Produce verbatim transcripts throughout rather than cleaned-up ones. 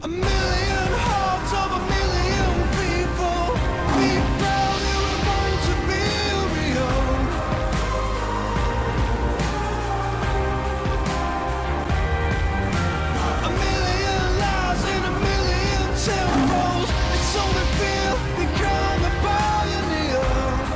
A million hearts of a million people. Be proud you were born to be real. A million lives in a million temples. It's only fear, become a pioneer.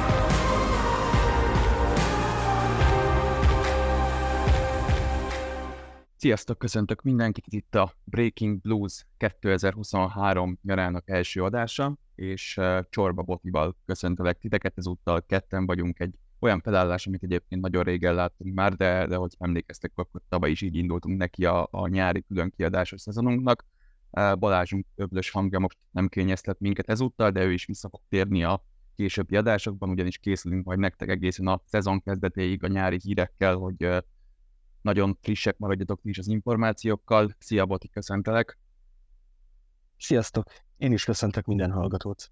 Sziasztok, köszöntök mindenkit, itt a Breaking Blues kétezer-huszonhárom nyarának első adása, és uh, Csorba Botival köszöntelek titeket, ezúttal ketten vagyunk egy olyan felállás, amit egyébként nagyon régen láttunk már, de, de hogy emlékeztek, akkor tavaly is így indultunk neki a, a nyári különkiadásos szezonunknak. Uh, Balázsunk öblös hangja most nem kényeztet minket ezúttal, de ő is vissza fog térni a későbbi adásokban, ugyanis készülünk majd nektek egészen a szezon kezdetéig a nyári hírekkel, hogy uh, nagyon frissek maradjatok is az információkkal. Szia, Boti, köszöntelek! Sziasztok! Én is köszöntök minden hallgatót.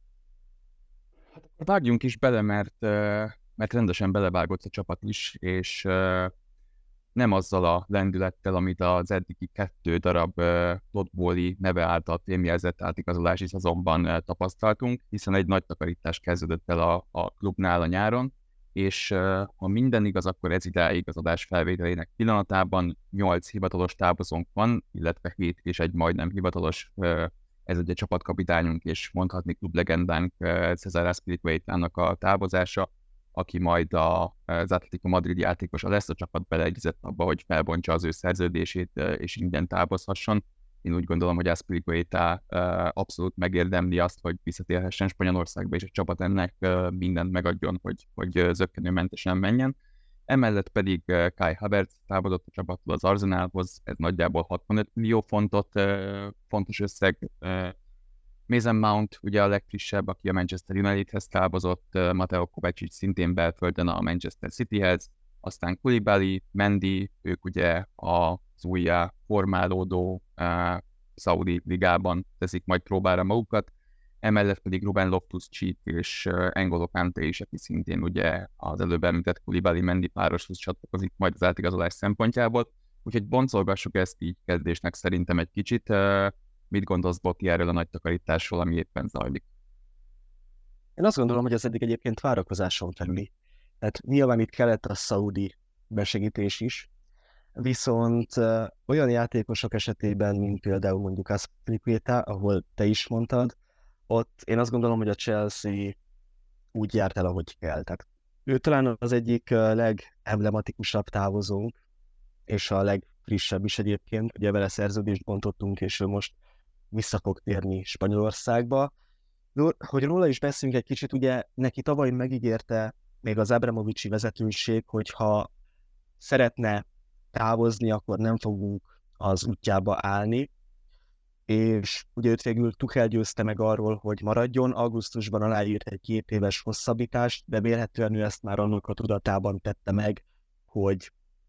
Vágjunk is bele, mert, mert rendesen belevágott a csapat is, és nem azzal a lendülettel, amit az eddigi kettő darab Todd Bowley neve által fémjelzett átigazolási szezonban tapasztaltunk, hiszen egy nagy takarítás kezdődött el a, a klubnál a nyáron, és uh, ha minden igaz, akkor ez idáig az adás felvételének pillanatában nyolc hivatalos távozónk van, illetve hét és egy majdnem hivatalos, uh, ez egy csapatkapitányunk és mondhatni klublegendánk uh, Cesar Azpilicuetának a távozása, aki majd a, az Atletico Madrid játékosa lesz, a csapat beleegyezett abba, hogy felbontsa az ő szerződését uh, és ingyen távozhasson. Én úgy gondolom, hogy Azpilicueta uh, abszolút megérdemli azt, hogy visszatérhessen Spanyolországba, és a csapat ennek uh, mindent megadjon, hogy, hogy uh, zökkenőmentesen menjen. Emellett pedig uh, Kai Havertz távozott a csapattól az Arsenalhoz, ez nagyjából hatvanöt millió fontot, uh, fontos összeg. Uh, Mason Mount ugye a legfrissebb, aki a Manchester Unitedhez távozott, uh, Mateo Kovacic szintén belföldön a Manchester Cityhez, aztán Koulibaly, Mendy, ők ugye az újjá formálódó uh, Szaudi ligában teszik majd próbára magukat, emellett pedig Ruben Loftus-Cheek és uh, N'Golo Kanté is, aki szintén ugye az előbb említett Koulibaly-Mendy pároshoz csatlakozik majd az átigazolás szempontjából, úgyhogy boncolgassuk ezt így kezdésnek szerintem egy kicsit. Uh, mit gondolsz, Boti, erről a nagy takarításról, ami éppen zajlik? Én azt gondolom, hogy ez eddig egyébként várakozáson felüli. Tehát nyilván itt kellett a szaudi besegítés is, viszont uh, olyan játékosok esetében, mint például mondjuk Azpilicueta, ahol te is mondtad, ott én azt gondolom, hogy a Chelsea úgy járt el, ahogy kell. Tehát ő talán az egyik uh, legemblematikusabb távozónk, és a legfrissebb is egyébként. Ugye vele szerződést bontottunk, és ő most vissza fog térni Spanyolországba. Hogy róla is beszélünk egy kicsit, ugye neki tavaly megígérte még az Abramovicsi vezetőség, hogyha szeretne távozni, akkor nem fogunk az útjába állni, és ugye őt végül Tuchel győzte meg arról, hogy maradjon, augusztusban aláírt egy két éves hosszabbítást, de vélhetően ő ezt már annak a tudatában tette meg, hogy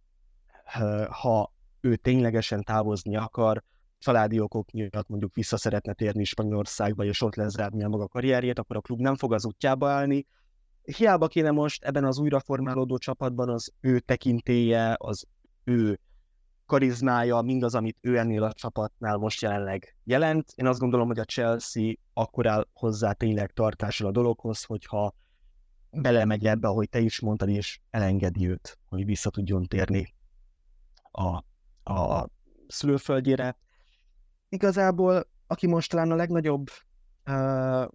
ha ő ténylegesen távozni akar, családi okok miatt mondjuk vissza szeretne térni Spanyolországba, és ott lezárni a maga karrierjét, akkor a klub nem fog az útjába állni. Hiába kéne most ebben az újraformálódó csapatban az ő tekintélye, az ő karizmája, mindaz, amit ő ennél a csapatnál most jelenleg jelent. Én azt gondolom, hogy a Chelsea akkor áll hozzá tényleg tartással a dologhoz, hogyha belemegy ebbe, ahogy te is mondtad, és elengedi őt, hogy vissza tudjon térni a, a szülőföldjére. Igazából, aki most talán a legnagyobb uh,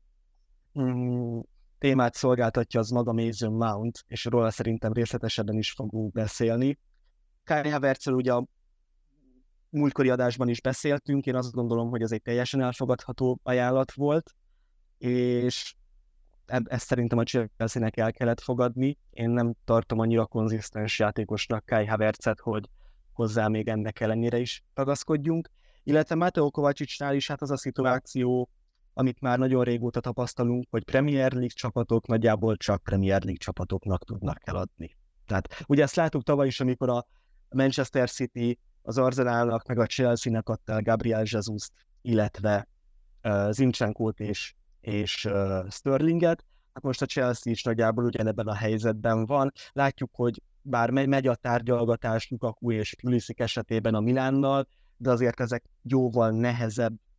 mm, témát szolgáltatja, az maga Mason Mount, és róla szerintem részletesebben is fogunk beszélni. Kai Havertzről ugye a múltkori adásban is beszéltünk, én azt gondolom, hogy ez egy teljesen elfogadható ajánlat volt, és ezt szerintem a Chelsea-nek el kellett fogadni. Én nem tartom annyira konzisztens játékosnak Kai Havertzet, hogy hozzá még ennek ellenére is ragaszkodjunk. Illetve Mateo Kovacicsnál is hát az a szituáció, amit már nagyon régóta tapasztalunk, hogy Premier League csapatok nagyjából csak Premier League csapatoknak tudnak eladni. Tehát ugye ezt láttuk tavaly is, amikor a Manchester City az Arsenalnak meg a Chelsea-nek adta el Gabriel Jesus-t, illetve uh, Zincsenkót és, és uh, Sterlinget. Hát most a Chelsea is nagyjából ugyanebben a helyzetben van. Látjuk, hogy bár megy a tárgyalgatás Lukaku és Pulisic esetében a Milánnal, de azért ezek jóval nehezebb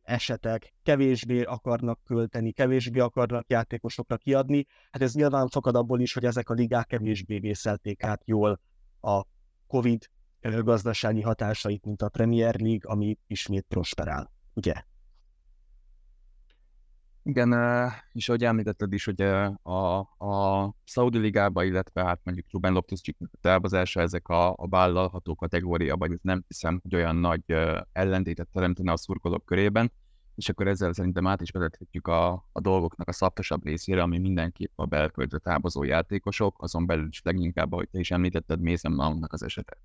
esetek, kevésbé akarnak költeni, kevésbé akarnak játékosokra kiadni. Hát ez nyilván fakad abból is, hogy ezek a ligák kevésbé vészelték át jól a Covid gazdasági hatásait, mint a Premier League, ami ismét prosperál, ugye? Igen, eh, és ahogy említetted is, hogy eh, a, a Szaudi Ligában, illetve hát mondjuk Ruben Loftus-Cheeknek a távozása, ezek a, a vállalható kategória, vagy nem hiszem, hogy olyan nagy eh, ellentétet teremtene a szurkolók körében, és akkor ezzel szerintem át is vezethetjük a, a dolgoknak a szaptasabb részére, ami mindenképp a belföldre távozó játékosok, azon belül is leginkább, ahogy te is említetted, Mason Mountnak az esete.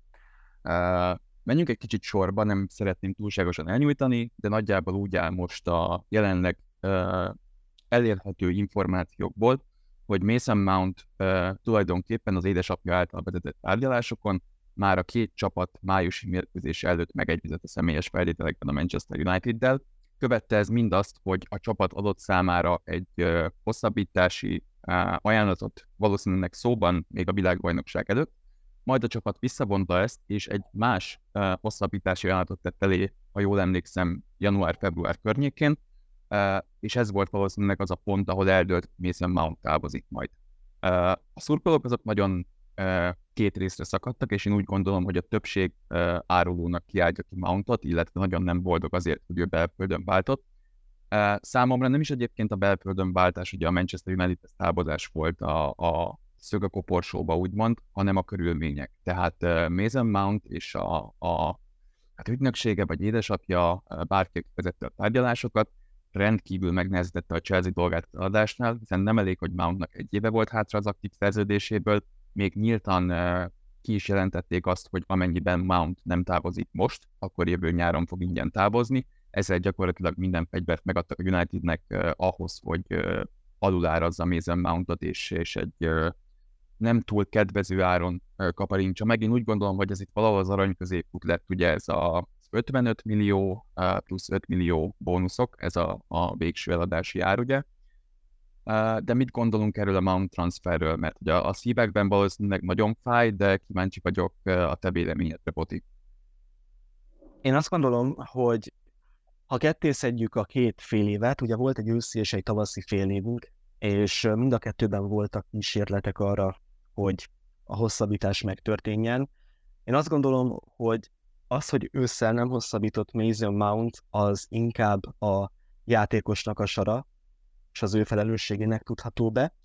Uh, menjünk egy kicsit sorba, nem szeretném túlságosan elnyújtani, de nagyjából úgy áll most a jelenleg uh, elérhető információkból, hogy Mason Mount uh, tulajdonképpen az édesapja által vezetett tárgyalásokon már a két csapat májusi mérkőzés előtt megegyezett a személyes feltételekben a Manchester United-del. Követte ez mindazt, hogy a csapat adott számára egy uh, hosszabbítási uh, ajánlatot valószínűleg szóban még a világbajnokság előtt, majd a csapat visszavonta ezt, és egy más uh, hosszabbítási ajánlatot tett elé, ha jól emlékszem, január-február környékén, uh, és ez volt valószínűleg az a pont, ahol eldőlt, Mason Mount távozik majd. Uh, a szurkolók azok nagyon uh, két részre szakadtak, és én úgy gondolom, hogy a többség uh, árulónak kiállja ki Mountot, illetve nagyon nem boldog azért, hogy ő belföldön váltott. Uh, számomra nem is egyébként a belföldön váltás, ugye a Manchester United távozás volt a, a szög a koporsóba, úgymond, hanem a körülmények. Tehát uh, Mason Mount és a, a hát ügynöksége vagy édesapja, uh, bárki vezette a tárgyalásokat, rendkívül megnehezítette a Chelsea dolgát az adásnál, hiszen nem elég, hogy Mountnak egy éve volt hátra az aktív szerződéséből, még nyíltan uh, ki is jelentették azt, hogy amennyiben Mount nem távozik most, akkor jövő nyáron fog ingyen távozni. Ezzel gyakorlatilag minden fegyvert megadtak a Unitednek uh, ahhoz, hogy uh, alulárazza Mason Mountot, és, és egy uh, nem túl kedvező áron kaparintsa meg. Én úgy gondolom, hogy ez itt valahol az arany középút lett, ugye ez a ötvenöt millió plusz öt millió bónuszok, ez a, a végső eladási ár, ugye. De mit gondolunk erről a Mount transferről? Mert ugye a szívekben valószínűleg nagyon fáj, de kíváncsi vagyok a te véleményedre, Boti. Én azt gondolom, hogy ha kettészedjük a két fél évet, ugye volt egy őszi és egy tavaszi fél évünk, és mind a kettőben voltak kísérletek arra, hogy a hosszabbítás megtörténjen. Én azt gondolom, hogy az, hogy ősszel nem hosszabbított Mason Mount, az inkább a játékosnak a sara, és az ő felelősségének tudható be.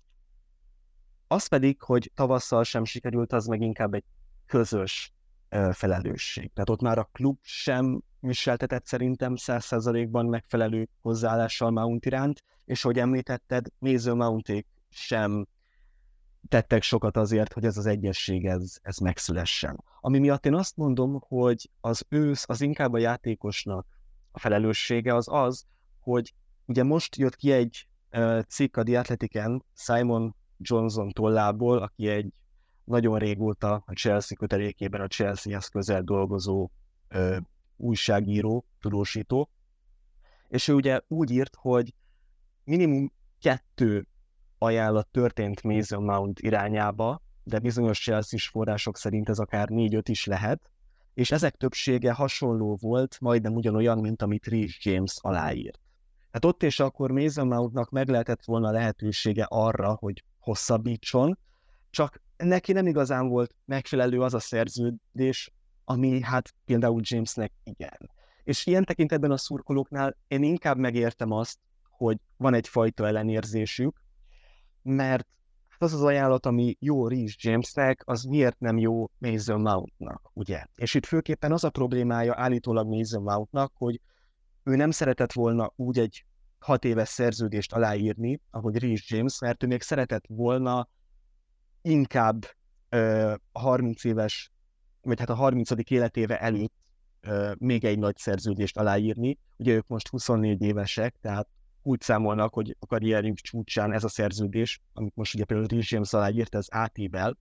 Az pedig, hogy tavasszal sem sikerült, az meg inkább egy közös ö, felelősség. Tehát ott már a klub sem viseltetett szerintem száz százalékban megfelelő hozzáállással Mount iránt, és hogy említetted, Mason Mounték sem tettek sokat azért, hogy ez az egyesség ez, ez megszülessen. Ami miatt én azt mondom, hogy az ősz, az inkább a játékosnak a felelőssége az az, hogy ugye most jött ki egy uh, cikk a The Athletic-en Simon Johnson tollából, aki egy nagyon régóta a Chelsea kötelékében a Chelsea-hez közel dolgozó uh, újságíró, tudósító, és ő ugye úgy írt, hogy minimum kettő ajánlat történt Mason Mount irányába, de bizonyos Chelsea-s források szerint ez akár négy-öt is lehet, és ezek többsége hasonló volt, majdnem ugyanolyan, mint amit Reece James aláírt. Hát ott és akkor Mason Mountnak meg lehetett volna lehetősége arra, hogy hosszabbítson, csak neki nem igazán volt megfelelő az a szerződés, ami hát például Jamesnek igen. És ilyen tekintetben a szurkolóknál én inkább megértem azt, hogy van egyfajta ellenérzésük, mert az az ajánlat, ami jó Reece Jamesnek, az miért nem jó Mason Mountnak, ugye? És itt főképpen az a problémája állítólag Mason Mountnak, hogy ő nem szeretett volna úgy egy hat éves szerződést aláírni, ahogy Reece James, mert ő még szeretett volna inkább ö, a harminc éves, vagy hát a harmincadik életéve előtt ö, még egy nagy szerződést aláírni. Ugye ők most huszonnégy évesek, tehát úgy számolnak, hogy a karrierjük csúcsán ez a szerződés, amit most ugye például Reece James aláírt, ez átível.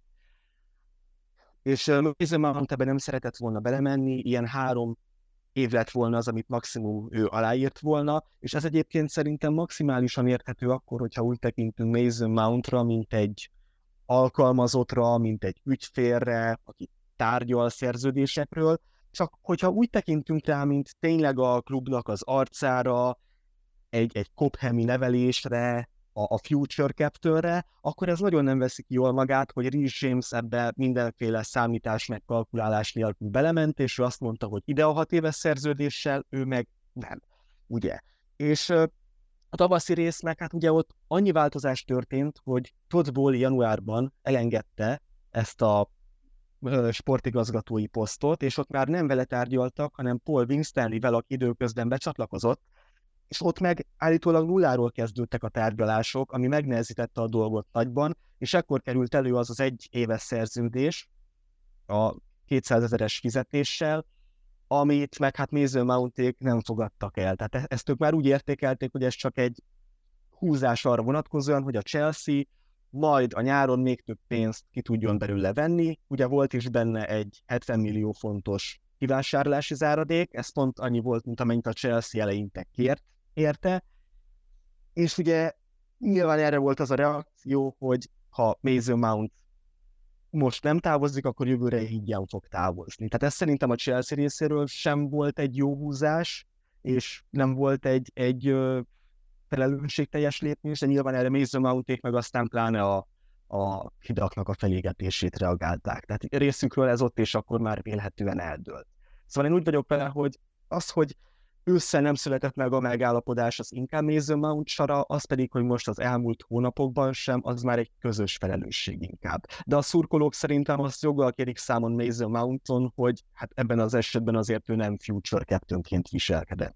És Mason Mount ebben nem szeretett volna belemenni, ilyen három év lett volna az, amit maximum ő aláírt volna, és ez egyébként szerintem maximálisan érthető akkor, hogyha úgy tekintünk Mason Mountra, mint egy alkalmazottra, mint egy ügyfélre, aki tárgyal szerződésekről, csak hogyha úgy tekintünk rá, mint tényleg a klubnak az arcára, egy, egy Cophami nevelésre, a, a Future Captain-re, akkor ez nagyon nem veszik jól magát, hogy Reece James ebbe mindenféle számítás megkalkulálás nélkül belement, és ő azt mondta, hogy ide a hat éves szerződéssel, ő meg nem. Ugye? És a tavaszi résznek, hát ugye ott annyi változás történt, hogy Todd Bowley januárban elengedte ezt a sportigazgatói posztot, és ott már nem vele tárgyaltak, hanem Paul Winstanley-vel, aki időközben becsatlakozott, és ott meg állítólag nulláról kezdődtek a tárgyalások, ami megnehezítette a dolgot nagyban, és ekkor került elő az az egy éves szerződés a kétszázezeres fizetéssel, amit meg hát Mason Mounték nem fogadtak el. Tehát e- ezt ők már úgy értékelték, hogy ez csak egy húzás arra vonatkozóan, hogy a Chelsea majd a nyáron még több pénzt ki tudjon belőle venni. Ugye volt is benne egy hetven millió fontos kivásárlási záradék, ez pont annyi volt, mint amennyit a Chelsea eleinte kért érte, és ugye nyilván erre volt az a reakció, hogy ha Mason Mount most nem távozik, akkor jövőre ingyen fog távozni. Tehát ez szerintem a Chelsea részéről sem volt egy jó húzás, és nem volt egy, egy ö, felelősségteljes lépés, de nyilván erre Mason Mounték meg aztán pláne a, a hidaknak a felégetését reagálták. Tehát részükről ez ott és akkor már vélhetően eldőlt. Szóval én úgy vagyok vele, hogy az, hogy ősszel nem született meg a megállapodás, az inkább Mason Mount sara, az pedig, hogy most az elmúlt hónapokban sem, az már egy közös felelősség inkább. De a szurkolók szerintem azt joggal kérik számon Mason Mounton, hogy hát ebben az esetben azért ő nem Future Captainként viselkedett.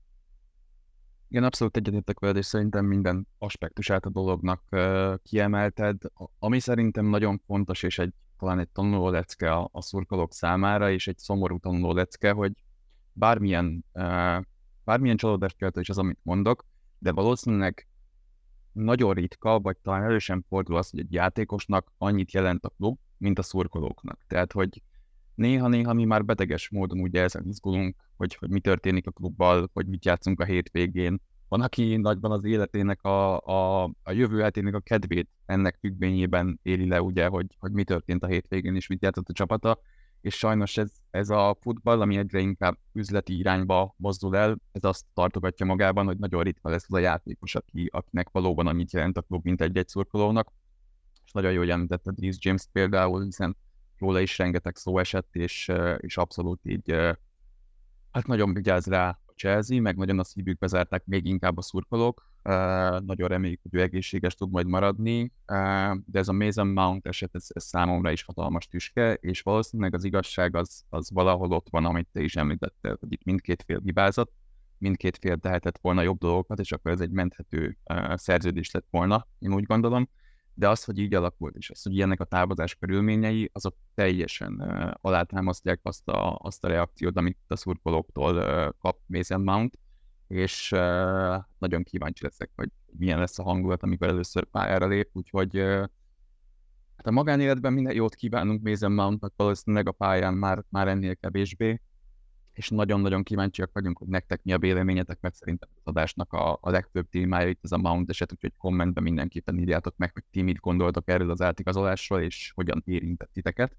Igen, abszolút egyetértek veled, és szerintem minden aspektusát a dolognak uh, kiemelted. Ami szerintem nagyon fontos, és egy, talán egy tanuló lecke a, a szurkolók számára, és egy szomorú tanuló lecke, hogy bármilyen, uh, bármilyen csalódást keltő is az, amit mondok, de valószínűleg nagyon ritka, vagy talán elő sem fordul az, hogy egy játékosnak annyit jelent a klub, mint a szurkolóknak. Tehát, hogy néha-néha mi már beteges módon ugye ezen izgulunk, hogy, hogy mi történik a klubbal, hogy mit játszunk a hétvégén. Van, aki nagyban az életének, a, a, a jövő hetének a kedvét ennek függvényében éli le, ugye, hogy, hogy mi történt a hétvégén és mit játszott a csapata, és sajnos ez, ez a futball, ami egyre inkább üzleti irányba mozdul el, ez azt tartogatja magában, hogy nagyon ritka lesz az a játékos, aki, akinek valóban annyit jelent a klub, mint egy-egy szurkolónak. És nagyon jól említetted Reece James például, hiszen róla is rengeteg szó esett, és, és abszolút így hát nagyon vigyáz rá a Chelsea, meg nagyon a szívükbe zárták még inkább a szurkolók. Nagyon reméljük, hogy ő egészséges tud majd maradni, de ez a Mason Mount eset, ez, ez számomra is hatalmas tüske, és valószínűleg az igazság az, az valahol ott van, amit te is említettél, hogy itt mindkét fél hibázott, mindkét fél tehetett volna jobb dolgokat, és akkor ez egy menthető szerződés lett volna, én úgy gondolom. De az, hogy így alakult, és az, hogy ilyenek a távozás körülményei, azok teljesen uh, alátámasztják azt a, azt a reakciót, amit a szurkolóktól uh, kap Mason Mount, és uh, nagyon kíváncsi leszek, hogy milyen lesz a hangulat, amikor először pályára lép, úgyhogy uh, hát a magánéletben minden jót kívánunk Mason Mountnak, valószínűleg a pályán már, már ennél kevésbé, és nagyon-nagyon kíváncsiak vagyunk, hogy nektek mi a véleményetek, mert szerintem az adásnak a, a legfőbb témája itt ez a Mount eset, úgyhogy kommentben mindenképpen írjátok meg, hogy ti mit gondoltok erről az átigazolásról, és hogyan érintett titeket.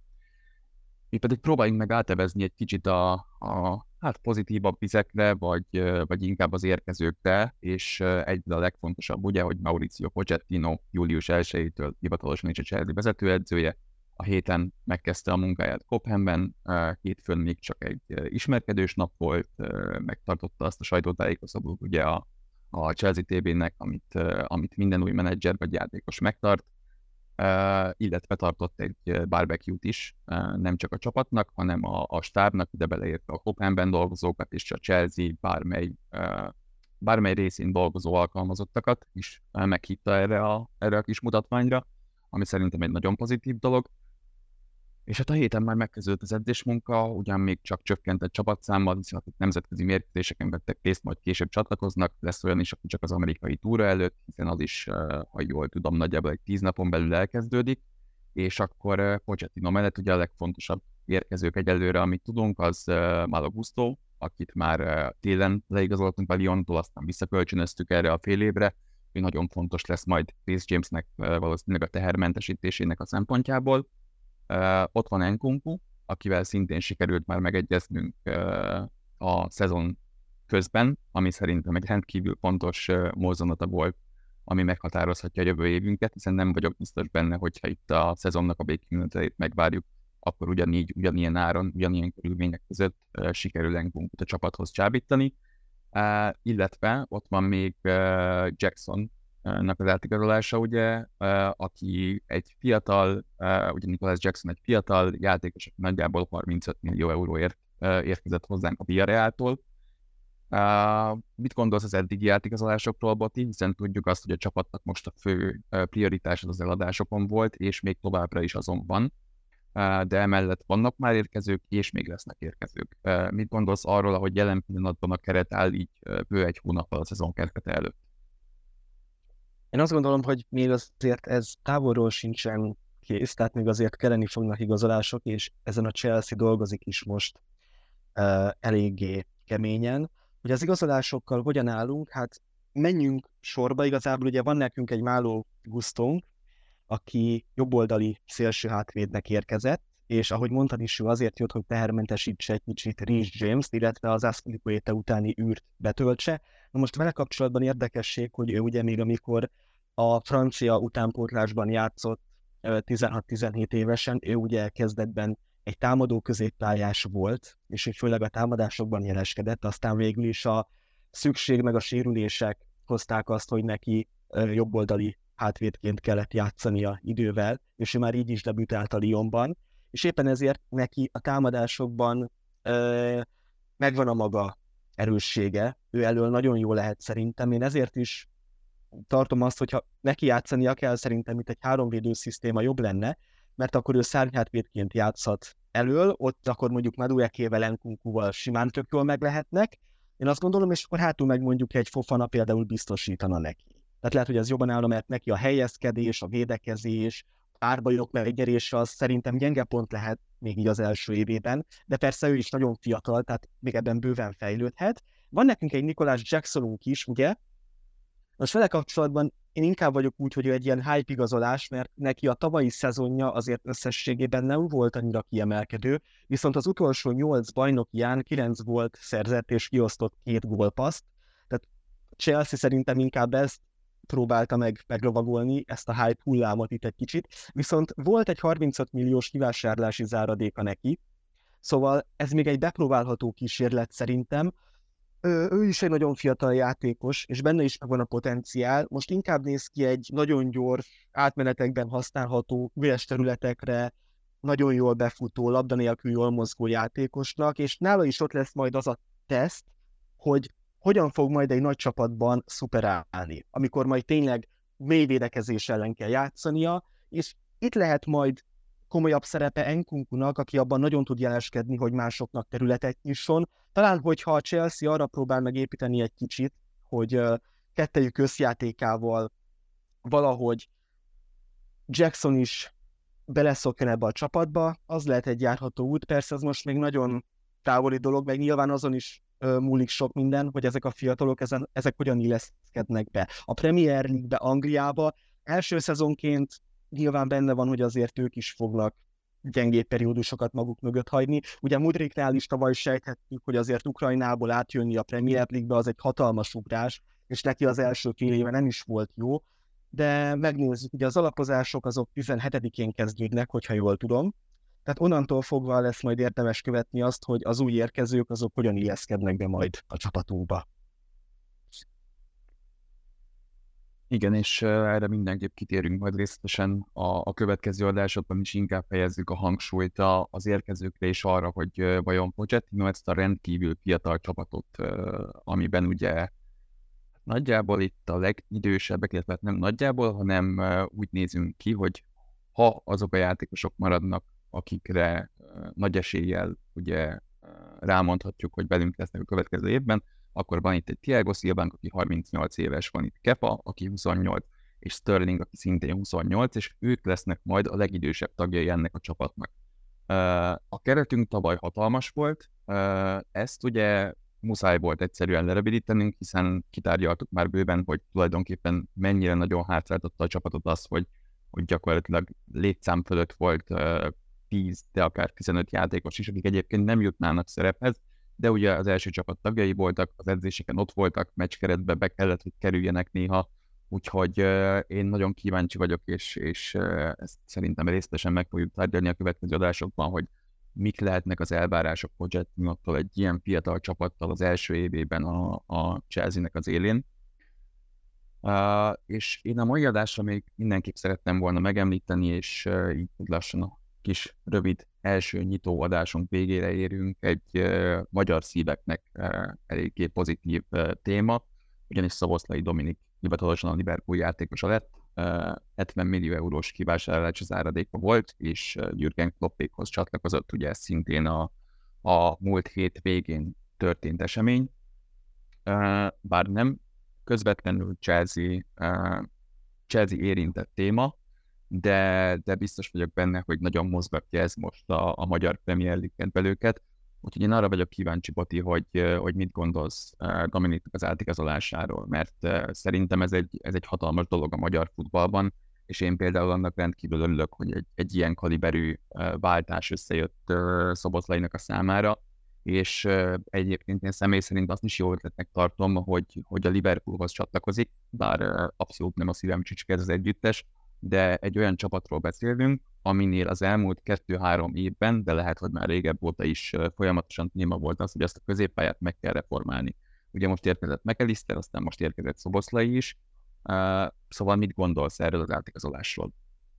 Mi pedig próbáljunk meg átevezni egy kicsit a, a hát pozitívabb vizekre, vagy, vagy inkább az érkezőkre, és egyre a legfontosabb ugye, hogy Mauricio Pochettino július elsejétől hivatalosan is a Chelsea vezetőedzője, a héten megkezdte a munkáját Cophamben, hétfőn még csak egy ismerkedős nap volt, megtartotta azt a sajtótájékoztatót ugye a, a Chelsea té vének, amit, amit minden új menedzser vagy játékos megtart, illetve tartott egy barbecue-t is, nem csak a csapatnak, hanem a, a stábnak, ide beleértve a Cophamben dolgozókat és a Chelsea bármely, bármely részén dolgozó alkalmazottakat is meghívta erre a, erre a kis mutatványra, ami szerintem egy nagyon pozitív dolog. És hát a héten már megkezdődött az edzésmunka, ugyan még csak csökkentett csapatszámmal, hiszen nemzetközi mérkőzéseken vettek részt, majd később csatlakoznak, lesz olyan is, aki csak az amerikai túra előtt, hiszen az is, ha jól tudom, nagyjából egy tíz napon belül elkezdődik, és akkor Pochettino mellett ugye a legfontosabb érkezők egyelőre, amit tudunk, az Malo Gusto, akit már télen leigazoltunk a Lyontól, aztán visszakölcsönöztük erre a fél évre, ő nagyon fontos lesz majd Reece Jamesnek valószínűleg a tehermentesítésének a szempontjából. Uh, ott van Nkunku, akivel szintén sikerült már megegyeznünk a szezon közben, ami szerintem egy rendkívül fontos mozzanata volt, ami meghatározhatja a jövő évünket, hiszen nem vagyok biztos benne, hogyha itt a szezonnak a végkimenetelét megvárjuk, akkor ugyanígy, ugyanilyen áron, ugyanilyen körülmények között uh, sikerül Nkunku a csapathoz csábítani. Uh, illetve ott van még uh, Jacksonnak az átigazolása, ugye, uh, aki egy fiatal, uh, ugye Nicholas Jackson egy fiatal játékos, aki nagyjából harmincöt millió euróért uh, érkezett hozzánk a Villarrealtól. Uh, mit gondolsz az eddigi átigazolásokról, Boti? Hiszen tudjuk azt, hogy a csapatnak most a fő uh, prioritás az eladásokon volt, és még továbbra is azon van. Uh, de emellett vannak már érkezők, és még lesznek érkezők. Uh, mit gondolsz arról, ahogy jelen pillanatban a keret áll így uh, bő egy hónappal a szezon kezdete előtt? Én azt gondolom, hogy még azért ez távolról sincsen kész, tehát még azért kelleni fognak igazolások, és ezen a Chelsea dolgozik is most uh, eléggé keményen. Hogy az igazolásokkal hogyan állunk, hát menjünk sorba, igazából ugye van nekünk egy Malo Gusztónk, aki jobboldali szélső hátvédnek érkezett, és ahogy mondtad is, ő azért jött, hogy tehermentesítse egy kicsit Reece James-t, illetve az Azpilicueta utáni űrt betöltse. Na most vele kapcsolatban érdekesség, hogy ő ugye még amikor a francia utánpótlásban játszott tizenhat-tizenhét évesen, ő ugye kezdetben egy támadó középpályás volt, és ő főleg a támadásokban jeleskedett, aztán végül is a szükség meg a sérülések hozták azt, hogy neki jobboldali hátvédként kellett játszania idővel, és ő már így is debütált a Lyonban, és éppen ezért neki a támadásokban ö, megvan a maga erőssége, ő elől nagyon jó lehet szerintem, én ezért is tartom azt, hogyha neki játszania kell, szerintem itt egy háromvédő szisztéma jobb lenne, mert akkor ő szárnyhátvédként játszhat elől, ott akkor mondjuk Maduekével, Nkunkuval simán tök jól meg lehetnek, én azt gondolom, és akkor hátul meg mondjuk egy Fofana például biztosítana neki. Tehát lehet, hogy ez jobban áll, mert neki a helyezkedés, a védekezés, párbajok megnyerése az szerintem gyenge pont lehet még így az első évében, de persze ő is nagyon fiatal, tehát még ebben bőven fejlődhet. Van nekünk egy Nicholas Jacksonunk is, ugye? Most vele kapcsolatban én inkább vagyok úgy, hogy ő egy ilyen hype igazolás, mert neki a tavalyi szezonja azért összességében nem volt annyira kiemelkedő, viszont az utolsó nyolc bajnokján kilenc gólt szerzett és kiosztott két gólpasszt, tehát Chelsea szerintem inkább ezt próbálta meg meglovagolni, ezt a hype hullámot itt egy kicsit, viszont volt egy harmincöt milliós kivásárlási záradéka neki, szóval ez még egy bepróbálható kísérlet szerintem. Ő, ő is egy nagyon fiatal játékos, és benne is megvan a potenciál. Most inkább néz ki egy nagyon gyors, átmenetekben használható, üres területekre, nagyon jól befutó, labda nélkül jól mozgó játékosnak, és nála is ott lesz majd az a teszt, hogy hogyan fog majd egy nagy csapatban szuperálni, amikor majd tényleg mély védekezés ellen kell játszania, és itt lehet majd komolyabb szerepe Nkunkunak, aki abban nagyon tud jeleskedni, hogy másoknak területet nyisson. Talán, hogyha a Chelsea arra próbál megépíteni egy kicsit, hogy uh, kettejük összjátékával valahogy Jackson is beleszokjon ebbe a csapatba, az lehet egy járható út. Persze ez most még nagyon távoli dolog, meg nyilván azon is uh, múlik sok minden, hogy ezek a fiatalok, ezen, ezek hogyan illeszkednek be. A Premier League-be, Angliába első szezonként nyilván benne van, hogy azért ők is fognak gyengébb periódusokat maguk mögött hagyni. Ugye Mudriknál is tavaly sejthettük, hogy azért Ukrajnából átjönni a Premier League-be az egy hatalmas ugrás, és neki az első fél éve nem is volt jó, de megnézzük, ugye az alapozások azok tizenhetedikén kezdődnek, hogyha jól tudom, tehát onnantól fogva lesz majd érdemes követni azt, hogy az új érkezők azok hogyan illeszkednek be majd a csapatunkba. Igen, és erre mindenképp kitérünk majd részletesen a, a következő adásokban is, inkább helyezzük a hangsúlyt a, az érkezőkre és arra, hogy vajon Pochettino ezt a rendkívül fiatal csapatot, amiben ugye nagyjából itt a legidősebbek, illetve nem nagyjából, hanem úgy nézünk ki, hogy ha azok a játékosok maradnak, akikre nagy eséllyel ugye rámondhatjuk, hogy velünk lesznek a következő évben, akkor van itt egy Thiago Silvánk, aki harmincnyolc éves, van itt Kepa, aki huszonnyolc, és Sterling, aki szintén huszonnyolc, és ők lesznek majd a legidősebb tagjai ennek a csapatnak. A keretünk tavaly hatalmas volt, ezt ugye muszáj volt egyszerűen lerövidítenünk, hiszen kitárgyaltuk már bőven, hogy tulajdonképpen mennyire nagyon hátráltatta a csapatot az, hogy, hogy gyakorlatilag létszám fölött volt tíz, de akár tizenöt játékos is, akik egyébként nem jutnának szerephez, de ugye az első csapat tagjai voltak, az edzéseken ott voltak, meccskeretbe be kellett, hogy kerüljenek néha, úgyhogy uh, én nagyon kíváncsi vagyok, és, és uh, ezt szerintem részletesen meg fogjuk tárgyalni a következő adásokban, hogy mik lehetnek az elvárások Pochettinottól egy ilyen fiatal csapattal az első évében a, a Chelsea-nek az élén. Uh, és én a mai adásra még mindenképp szerettem volna megemlíteni, és uh, így lassan a kis rövid első nyitó adásunk végére érünk, egy uh, magyar szíveknek uh, eléggé pozitív uh, téma, ugyanis Szoboszlai Dominik hivatalosan a Liverpool játékosa lett, uh, hetven millió eurós kivásárlási záradéka volt, és uh, Jürgen Kloppékhoz csatlakozott, ugye ez szintén a, a múlt hét végén történt esemény, uh, bár nem közvetlenül Chelsea, uh, Chelsea érintett téma, de, de biztos vagyok benne, hogy nagyon mozgatja ez most a, a magyar Premier League kedvelőket. Úgyhogy én arra vagyok kíváncsi, Boti, hogy, hogy mit gondolsz uh, Dominiknak az átigazolásáról, mert uh, szerintem ez egy, ez egy hatalmas dolog a magyar futballban, és én például annak rendkívül örülök, hogy egy, egy ilyen kaliberű uh, váltás összejött uh, Szoboszlainak a számára, és uh, egyébként én személy szerint azt is jó ötletnek tartom, hogy, hogy a Liverpoolhoz csatlakozik, bár uh, abszolút nem a szívem csücske ez az együttes, de egy olyan csapatról beszélünk, aminél az elmúlt kettő-három évben, de lehet, hogy már régebb óta is uh, folyamatosan téma volt az, hogy ezt a középpályát meg kell reformálni. Ugye most érkezett McAllister, aztán most érkezett Szoboszlai is, uh, szóval mit gondolsz erről az átigazolásról?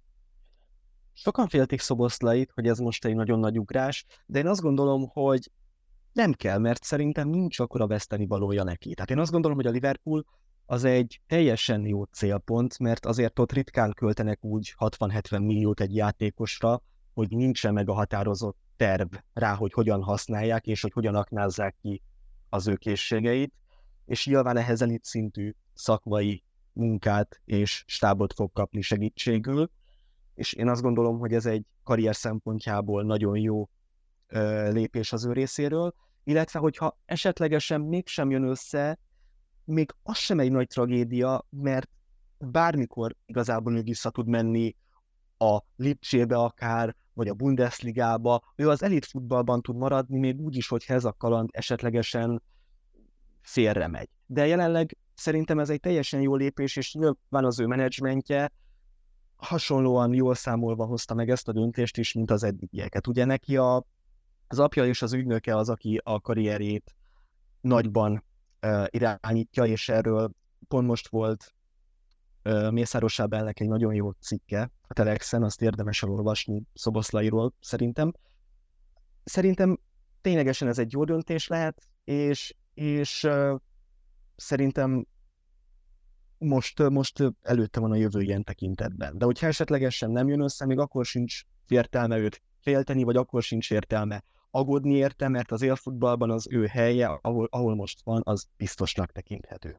Sokan féltik Szoboszlait, hogy ez most egy nagyon nagy ugrás, de én azt gondolom, hogy nem kell, mert szerintem nincs akkora veszteni valója neki. Tehát én azt gondolom, hogy a Liverpool az egy teljesen jó célpont, mert azért ott ritkán költenek úgy hatvan-hetven milliót egy játékosra, hogy nincsen meg a határozott terv rá, hogy hogyan használják, és hogy hogyan aknázzák ki az ő készségeit, és nyilván ehhez elit szintű szakmai munkát és stábot fog kapni segítségül, és én azt gondolom, hogy ez egy karrier szempontjából nagyon jó ö, lépés az ő részéről, illetve hogyha esetlegesen mégsem jön össze, még az sem egy nagy tragédia, mert bármikor igazából ő vissza tud menni a Lipcsébe akár, vagy a Bundesligába, ő az elit futballban tud maradni, még úgy is, hogyha ez a kaland esetlegesen félre megy. De jelenleg szerintem ez egy teljesen jó lépés, és nyilván az ő menedzsmentje hasonlóan jól számolva hozta meg ezt a döntést is, mint az eddigieket. Ugye neki a, az apja és az ügynöke az, aki a karrierjét nagyban uh, irányítja, és erről pont most volt uh, Mészáros Sábelnek egy nagyon jó cikke a Telexen, azt érdemes elolvasni Szoboszlairól szerintem. Szerintem ténylegesen ez egy jó döntés lehet, és, és uh, szerintem most, most előtte van a jövő ilyen tekintetben. De hogyha esetlegesen nem jön össze, még akkor sincs értelme őt félteni, vagy akkor sincs értelme aggódni érte, mert az élfutballban az ő helye, ahol, ahol most van, az biztosnak tekinthető.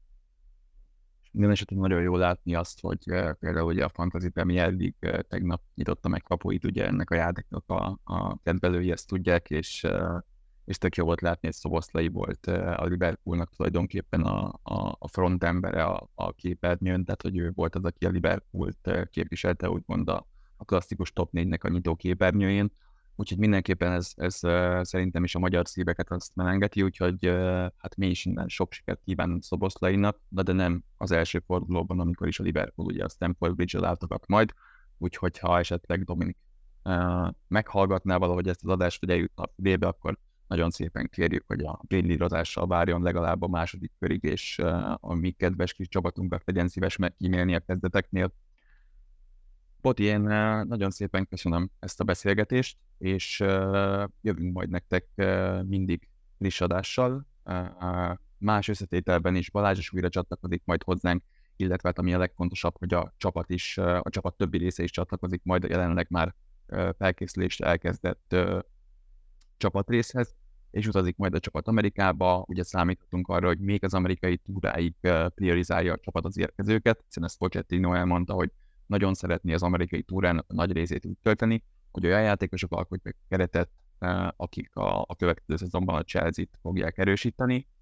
Minden esetben nagyon jó látni azt, hogy uh, például ugye a Fantasy Premier League uh, tegnap nyitotta meg kapuit, ugye ennek a játéknak a, a kedvelői ezt tudják, és, uh, és tök jó volt látni, hogy Szoboszlai volt uh, a Liverpoolnak tulajdonképpen a, a, a frontembere a, a képernyőn, tehát hogy ő volt az, aki a Liverpoolt uh, képviselte, úgymond a, a klasszikus top négynek a nyitó képernyőjén. Úgyhogy mindenképpen ez, ez uh, szerintem is a magyar szíveket azt melengeti, úgyhogy uh, hát mi is innen sok sikert kívánunk Szoboszlainak, de, de nem az első fordulóban, amikor is a Liverpool ugye a Stamford Bridge-el látogat majd, úgyhogy ha esetleg Dominik uh, meghallgatná valahogy ezt az adást, vagy eljutna a fülébe, akkor nagyon szépen kérjük, hogy a brillírozással várjon legalább a második körig, és uh, a mi kedves kis csapatunknak legyen szíves megkímélni a kezdeteknél. Boti, én nagyon szépen köszönöm ezt a beszélgetést, és uh, jövünk majd nektek uh, mindig friss adással. Uh, más összetételben is Balázs is újra csatlakozik majd hozzánk, illetve ami a legfontosabb, hogy a csapat is, uh, a csapat többi része is csatlakozik majd a jelenleg már uh, felkészülést elkezdett uh, csapatrészhez, és utazik majd a csapat Amerikába. Ugye számíthatunk arra, hogy még az amerikai túráig uh, priorizálja a csapat az érkezőket, hiszen ezt Pochettino elmondta, hogy nagyon szeretné az amerikai túrának a nagy részét úgy tölteni, hogy olyan játékosok alkotják keretet, akik a, a következő szezonban a Chelsea-t fogják erősíteni,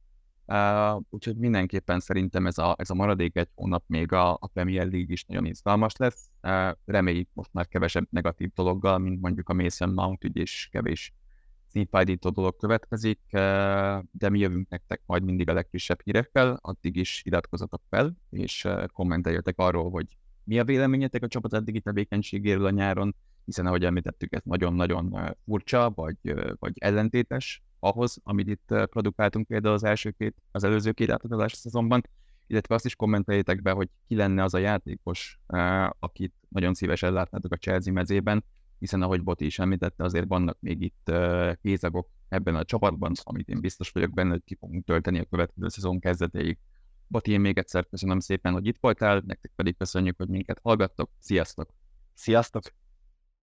Uh, úgyhogy mindenképpen szerintem ez a, ez a maradék egy hónap még a, a Premier League is nagyon izgalmas lesz. Uh, reméljük most már kevesebb negatív dologgal, mint mondjuk a Mason Mount ügy és kevés szívfájdító dolog következik, uh, de mi jövünk nektek majd mindig a legfrissebb hírekkel, addig is iratkozzatok fel, és uh, kommenteljetek arról, hogy mi a véleményetek a csapat eddigi tevékenységéről a nyáron, hiszen ahogy említettük, ez nagyon-nagyon furcsa, vagy, vagy ellentétes ahhoz, amit itt produkáltunk például az első két, az előző két átadási szezonban, illetve azt is kommenteljétek be, hogy ki lenne az a játékos, akit nagyon szívesen látnátok a Chelsea mezében, hiszen ahogy Boti is említette, azért vannak még itt hézagok ebben a csapatban, amit én biztos vagyok benne, hogy ki fogunk tölteni a következő szezon kezdetéig. Boti, én még egyszer köszönöm szépen, hogy itt voltál, nektek pedig köszönjük, hogy minket hallgattok. Sziasztok! Sziasztok!